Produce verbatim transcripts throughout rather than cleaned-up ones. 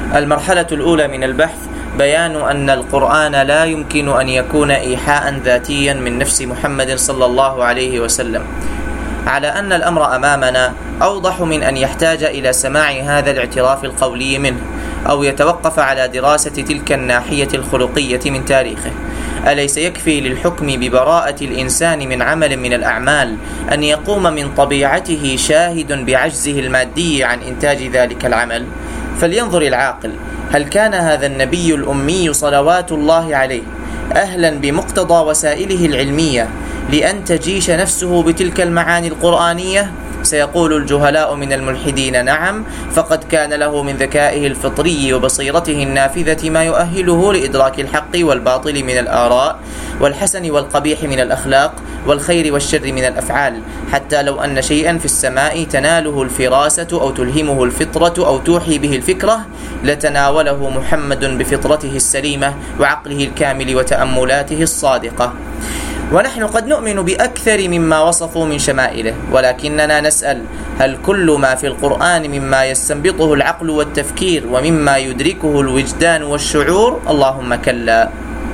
المرحلة الأولى من البحث بيان أن القرآن لا يمكن أن يكون إيحاء ذاتيا من نفس محمد صلى الله عليه وسلم، على أن الأمر أمامنا أوضح من أن يحتاج إلى سماع هذا الاعتراف القولي منه، أو يتوقف على دراسة تلك الناحية الخلقية من تاريخه. أليس يكفي للحكم ببراءة الإنسان من عمل من الأعمال أن يقوم من طبيعته شاهد بعجزه المادي عن إنتاج ذلك العمل؟ فلينظر العاقل، هل كان هذا النبي الأمي صلوات الله عليه أهلا بمقتضى وسائله العلمية لأن تجيش نفسه بتلك المعاني القرآنية؟ سيقول الجهلاء من الملحدين نعم، فقد كان له من ذكائه الفطري وبصيرته النافذة ما يؤهله لإدراك الحق والباطل من الآراء، والحسن والقبيح من الأخلاق، والخير والشر من الأفعال، حتى لو أن شيئا في السماء تناله الفراسة أو تلهمه الفطرة أو توحي به الفكرة لتناوله محمد بفطرته السليمة وعقله الكامل وتأملاته الصادقة. ونحن قد نؤمن بأكثر مما وصفوا من شمائله، ولكننا نسأل: هل كل ما في القرآن مما يستنبطه العقل والتفكير ومما يدركه الوجدان والشعور؟ اللهم كلا.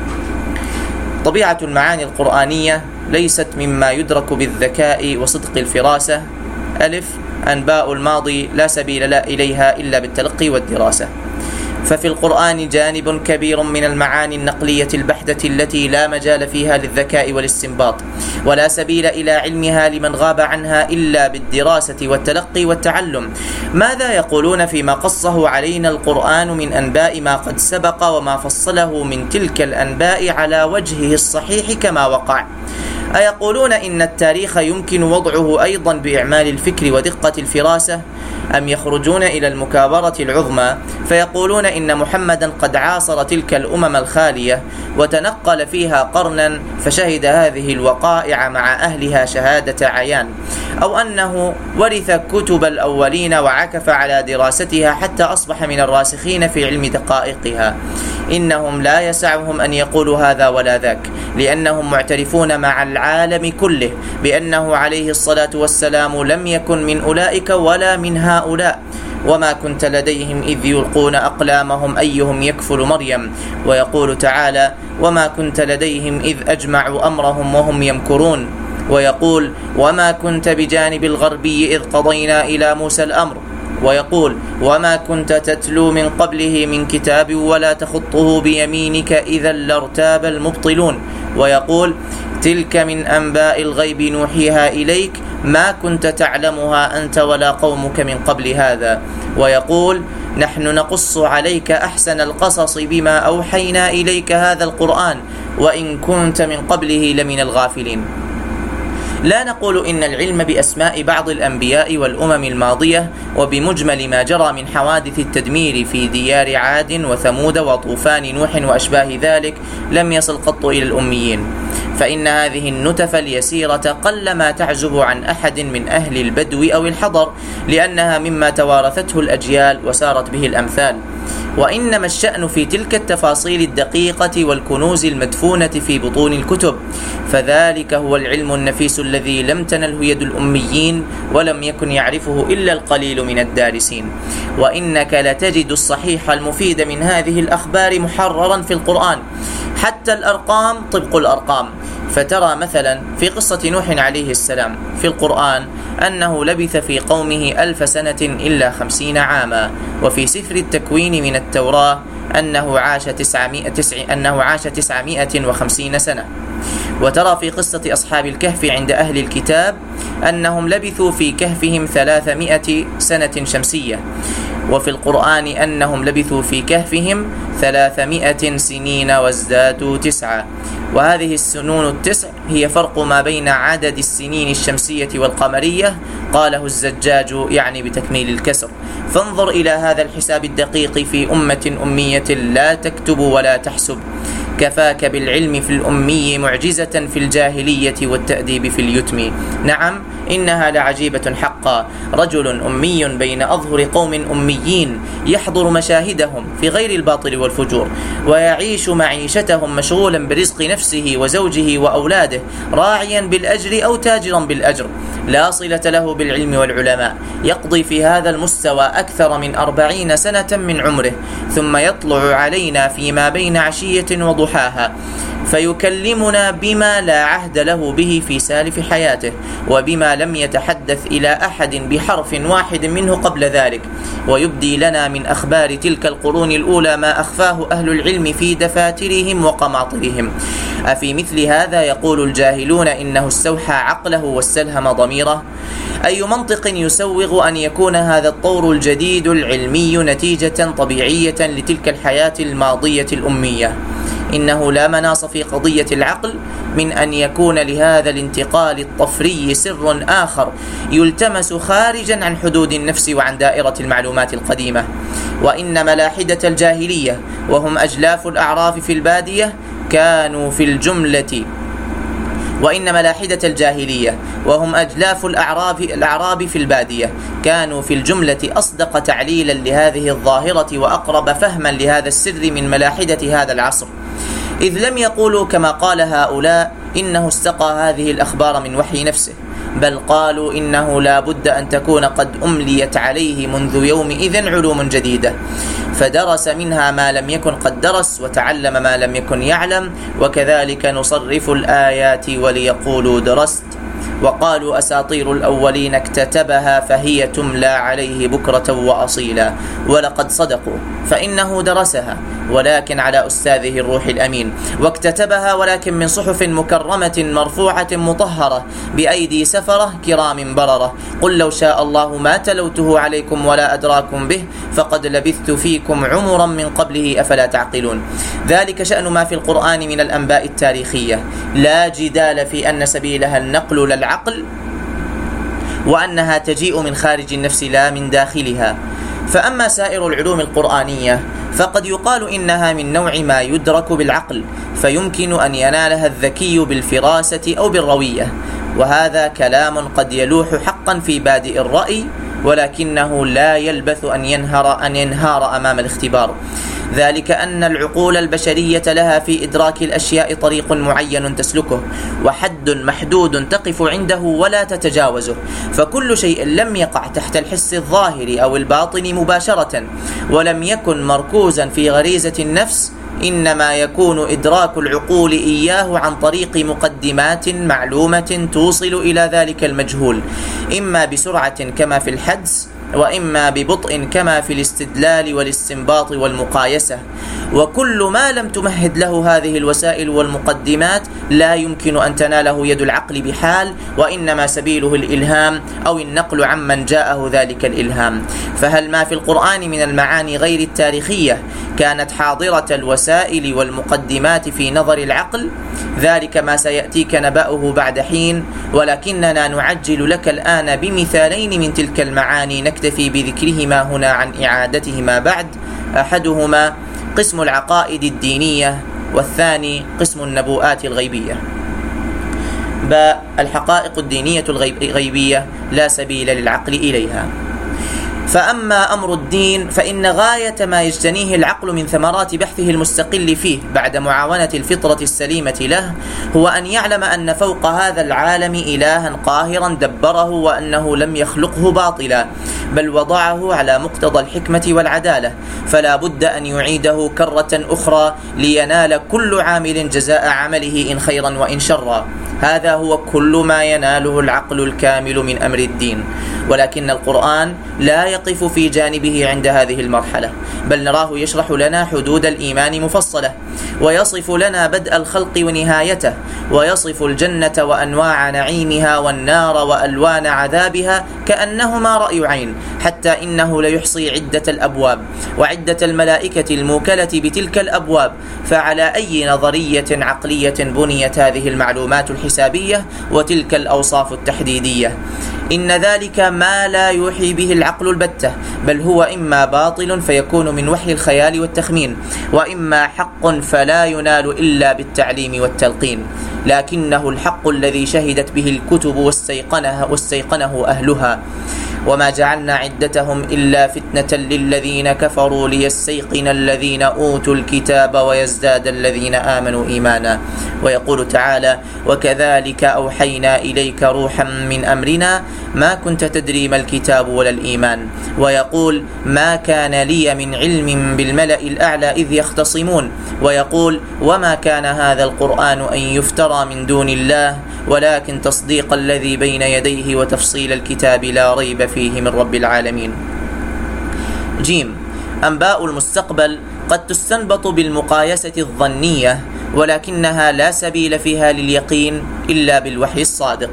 طبيعة المعاني القرآنية ليست مما يدرك بالذكاء وصدق الفراسة. ألف: أنباء الماضي لا سبيل إليها إلا بالتلقي والدراسة. ففي القرآن جانب كبير من المعاني النقلية البحتة التي لا مجال فيها للذكاء والاستنباط، ولا سبيل إلى علمها لمن غاب عنها إلا بالدراسة والتلقي والتعلم. ماذا يقولون فيما قصه علينا القرآن من أنباء ما قد سبق وما فصله من تلك الأنباء على وجهه الصحيح كما وقع؟ أيقولون إن التاريخ يمكن وضعه أيضا بإعمال الفكر ودقة الفراسة، أم يخرجون إلى المكابرة العظمى فيقولون إن محمدا قد عاصر تلك الأمم الخالية وتنقل فيها قرنا فشهد هذه الوقائع مع أهلها شهادة عيان، أو أنه ورث كتب الأولين وعكف على دراستها حتى أصبح من الراسخين في علم دقائقها؟ إنهم لا يسعهم أن يقولوا هذا ولا ذاك، لأنهم معترفون مع العالم كله بأنه عليه الصلاة والسلام لم يكن من أولئك ولا من هؤلاء. وما كنت لديهم إذ يلقون أقلامهم أيهم يكفل مريم، ويقول تعالى: وما كنت لديهم إذ أجمعوا أمرهم وهم يمكرون، ويقول: وما كنت بجانب الغربي إذ قضينا إلى موسى الأمر، ويقول: وما كنت تتلو من قبله من كتاب ولا تخطه بيمينك إذا لارتاب المبطلون، ويقول: تلك من أنباء الغيب نوحيها إليك ما كنت تعلمها أنت ولا قومك من قبل هذا، ويقول: نحن نقص عليك أحسن القصص بما أوحينا إليك هذا القرآن وإن كنت من قبله لمن الغافلين. لا نقول إن العلم بأسماء بعض الأنبياء والأمم الماضية وبمجمل ما جرى من حوادث التدمير في ديار عاد وثمود وطوفان نوح وأشباه ذلك لم يصل قط إلى الأميين، فإن هذه النتف اليسيرة قلما تعزب عن أحد من أهل البدو أو الحضر، لأنها مما توارثته الأجيال وسارت به الأمثال. وإنما الشأن في تلك التفاصيل الدقيقة والكنوز المدفونة في بطون الكتب، فذلك هو العلم النفيس الذي لم تنله يد الأميين ولم يكن يعرفه إلا القليل من الدارسين. وإنك لتجد الصحيح المفيد من هذه الأخبار محررا في القرآن، حتى الأرقام طبق الأرقام. فترى مثلا في قصة نوح عليه السلام في القرآن أنه لبث في قومه ألف سنة إلا خمسين عاما، وفي سفر التكوين من التوراة أنه عاش تسعمائة تسع أنه عاش تسعمائة وخمسين سنة. وترى في قصة أصحاب الكهف عند أهل الكتاب أنهم لبثوا في كهفهم ثلاثمائة سنة شمسية، وفي القرآن أنهم لبثوا في كهفهم ثلاثمائة سنين وازدادوا تسعة. وهذه السنون التسع هي فرق ما بين عدد السنين الشمسية والقمرية، قاله الزجاج يعني بتكميل الكسر. فانظر إلى هذا الحساب الدقيق في أمة أمية لا تكتب ولا تحسب. كفاك بالعلم في الأمي معجزة في الجاهلية والتأديب في اليتم. نعم إنها لعجيبة حقا، رجل أمي بين أظهر قوم أميين يحضر مشاهدهم في غير الباطل والفجور، ويعيش معيشتهم مشغولا برزق نفسه وزوجه وأولاده، راعيا بالأجر أو تاجرا بالأجر، لا صلة له بالعلم والعلماء، يقضي في هذا المستوى أكثر من أربعين سنة من عمره، ثم يطلع علينا فيما بين عشية وضحاها فيكلمنا بما لا عهد له به في سالف حياته، وبما لم يتحدث إلى أحد بحرف واحد منه قبل ذلك، ويبدي لنا من أخبار تلك القرون الأولى ما أخفاه أهل العلم في دفاترهم وقماطرهم. أفي مثل هذا يقول الجاهلون إنه استوحى عقله واستلهم ضميره؟ أي منطق يسوغ أن يكون هذا الطور الجديد العلمي نتيجة طبيعية لتلك الحياة الماضية الأمية؟ إنه لا مناص في قضية العقل من أن يكون لهذا الانتقال الطفري سر آخر يلتمس خارجا عن حدود النفس وعن دائرة المعلومات القديمة. وإن ملاحدة الجاهلية وهم أجلاف الأعراف في البادية كانوا في الجملة وإن ملاحدة الجاهلية وهم أجلاف الأعراب الأعراب في البادية كانوا في الجملة أصدق تعليلا لهذه الظاهرة وأقرب فهما لهذا السر من ملاحدة هذا العصر، إذ لم يقولوا كما قال هؤلاء إنه استقى هذه الأخبار من وحي نفسه، بل قالوا إنه لا بد أن تكون قد أمليت عليه منذ يومئذ علوم جديدة، فدرس منها ما لم يكن قد درس، وتعلم ما لم يكن يعلم، وكذلك نصرف الآيات وليقولوا درست، وقالوا أساطير الأولين اكتتبها فهي تملى عليه بكرة وأصيلا، ولقد صدقوا فإنه درسها ولكن على أستاذه الروح الأمين، واكتتبها ولكن من صحف مكرمة مرفوعة مطهرة بأيدي سفرة كرام بررة، قل لو شاء الله ما تلوته عليكم ولا أدراكم به فقد لبثت فيكم عمرا من قبله أفلا تعقلون. ذلك شأن ما في القرآن من الأنباء التاريخية، لا جدال في أن سبيلها النقل للعقل، وأنها تجيء من خارج النفس لا من داخلها. فأما سائر العلوم القرآنية فقد يقال إنها من نوع ما يدرك بالعقل، فيمكن أن ينالها الذكي بالفراسة أو بالروية، وهذا كلام قد يلوح حقا في بادئ الرأي، ولكنه لا يلبث أن ينهار أن ينهار أمام الاختبار. ذلك أن العقول البشرية لها في إدراك الأشياء طريق معين تسلكه، وحد محدود تقف عنده ولا تتجاوزه، فكل شيء لم يقع تحت الحس الظاهر أو الباطن مباشرة ولم يكن مركوزا في غريزة النفس، إنما يكون إدراك العقول إياه عن طريق مقدمات معلومة توصل إلى ذلك المجهول، إما بسرعة كما في الحدس، وإما ببطء كما في الاستدلال والاستنباط والمقايسة، وكل ما لم تمهد له هذه الوسائل والمقدمات لا يمكن أن تناله يد العقل بحال، وإنما سبيله الإلهام أو النقل عمن جاءه ذلك الإلهام. فهل ما في القرآن من المعاني غير التاريخية كانت حاضرة الوسائل والمقدمات في نظر العقل؟ ذلك ما سيأتيك نبأه بعد حين، ولكننا نعجل لك الآن بمثالين من تلك المعاني نكتفي بذكرهما هنا عن إعادتهما بعد. أحدهما قسم العقائد الدينية، والثاني قسم النبوءات الغيبية. باء الحقائق الدينية الغيبية لا سبيل للعقل إليها. فأما أمر الدين فإن غاية ما يجتنيه العقل من ثمرات بحثه المستقل فيه بعد معاونة الفطرة السليمة له هو أن يعلم أن فوق هذا العالم إلها قاهرا دبره، وأنه لم يخلقه باطلا بل وضعه على مقتضى الحكمة والعدالة، فلا بد أن يعيده كرة أخرى لينال كل عامل جزاء عمله إن خيرا وإن شرا. هذا هو كل ما يناله العقل الكامل من أمر الدين، ولكن القرآن لا يقف في جانبه عند هذه المرحلة، بل نراه يشرح لنا حدود الإيمان مفصلة، ويصف لنا بدء الخلق ونهايته، ويصف الجنة وأنواع نعيمها والنار وألوان عذابها كأنهما رأي عين، حتى إنه ليحصي عدة الأبواب وعدة الملائكة الموكلة بتلك الأبواب. فعلى أي نظرية عقلية بنيت هذه المعلومات الحسابية وتلك الأوصاف التحديدية؟ إن ذلك ما لا يوحي به العقل البتة، بل هو إما باطل فيكون من وحي الخيال والتخمين، وإما حق فلا ينال إلا بالتعليم والتلقين، لكنه الحق الذي شهدت به الكتب واستيقنها واستيقنه أهلها. وما جعلنا عدتهم إلا فتنة للذين كفروا ليستيقن الذين أوتوا الكتاب ويزداد الذين آمنوا إيمانا. ويقول تعالى: وكذلك أوحينا إليك روحا من أمرنا ما كنت تدري ما الكتاب ولا الإيمان. ويقول: ما كان لي من علم بالملأ الأعلى إذ يختصمون. ويقول: وما كان هذا القرآن أن يفترى من دون الله ولكن تصديق الذي بين يديه وتفصيل الكتاب لا ريب فيه من رب العالمين. جيم. أنباء المستقبل قد تستنبط بالمقايسة الظنية، ولكنها لا سبيل فيها لليقين إلا بالوحي الصادق.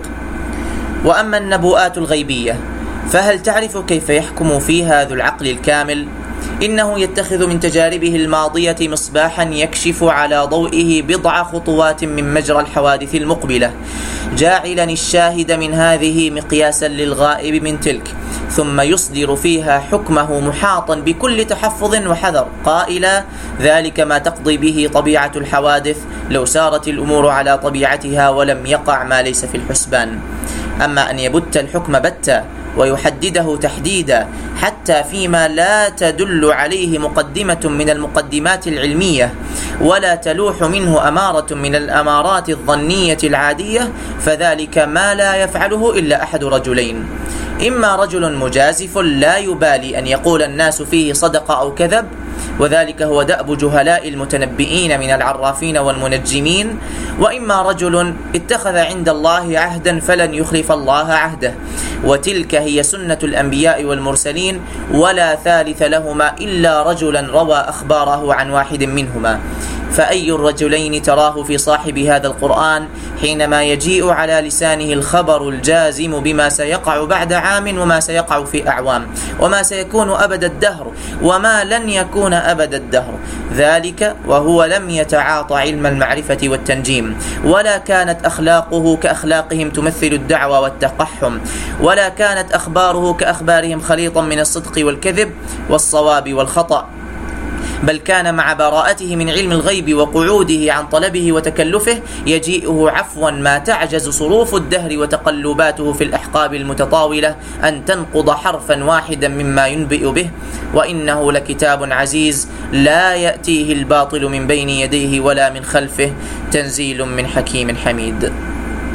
وأما النبوءات الغيبية فهل تعرف كيف يحكم فيها ذو العقل الكامل؟ إنه يتخذ من تجاربه الماضية مصباحا يكشف على ضوئه بضع خطوات من مجرى الحوادث المقبلة، جاعلا الشاهد من هذه مقياسا للغائب من تلك، ثم يصدر فيها حكمه محاطا بكل تحفظ وحذر، قائلا: ذلك ما تقضي به طبيعة الحوادث لو سارت الأمور على طبيعتها ولم يقع ما ليس في الحسبان. أما أن يبت الحكم بتا ويحدده تحديدا حتى فيما لا تدل عليه مقدمة من المقدمات العلمية ولا تلوح منه أمارة من الأمارات الظنية العادية، فذلك ما لا يفعله إلا أحد رجلين: إما رجل مجازف لا يبالي أن يقول الناس فيه صدق أو كذب، وذلك هو دأب جهلاء المتنبئين من العرافين والمنجمين، وإما رجل اتخذ عند الله عهدا فلن يخلف الله عهده، وتلك هي سنة الأنبياء والمرسلين، ولا ثالث لهما إلا رجلا روى أخباره عن واحد منهما. فأي الرجلين تراه في صاحب هذا القرآن حينما يجيء على لسانه الخبر الجازم بما سيقع بعد عام وما سيقع في أعوام وما سيكون أبد الدهر وما لن يكون أبد الدهر، ذلك وهو لم يتعاطى علم المعرفة والتنجيم، ولا كانت أخلاقه كأخلاقهم تمثل الدعوى والتقحم، ولا كانت أخباره كأخبارهم خليطا من الصدق والكذب والصواب والخطأ، بل كان مع براءته من علم الغيب وقعوده عن طلبه وتكلفه يجيئه عفوا ما تعجز صروف الدهر وتقلباته في الأحقاب المتطاولة أن تنقض حرفا واحدا مما ينبئ به. وإنه لكتاب عزيز لا يأتيه الباطل من بين يديه ولا من خلفه، تنزيل من حكيم حميد.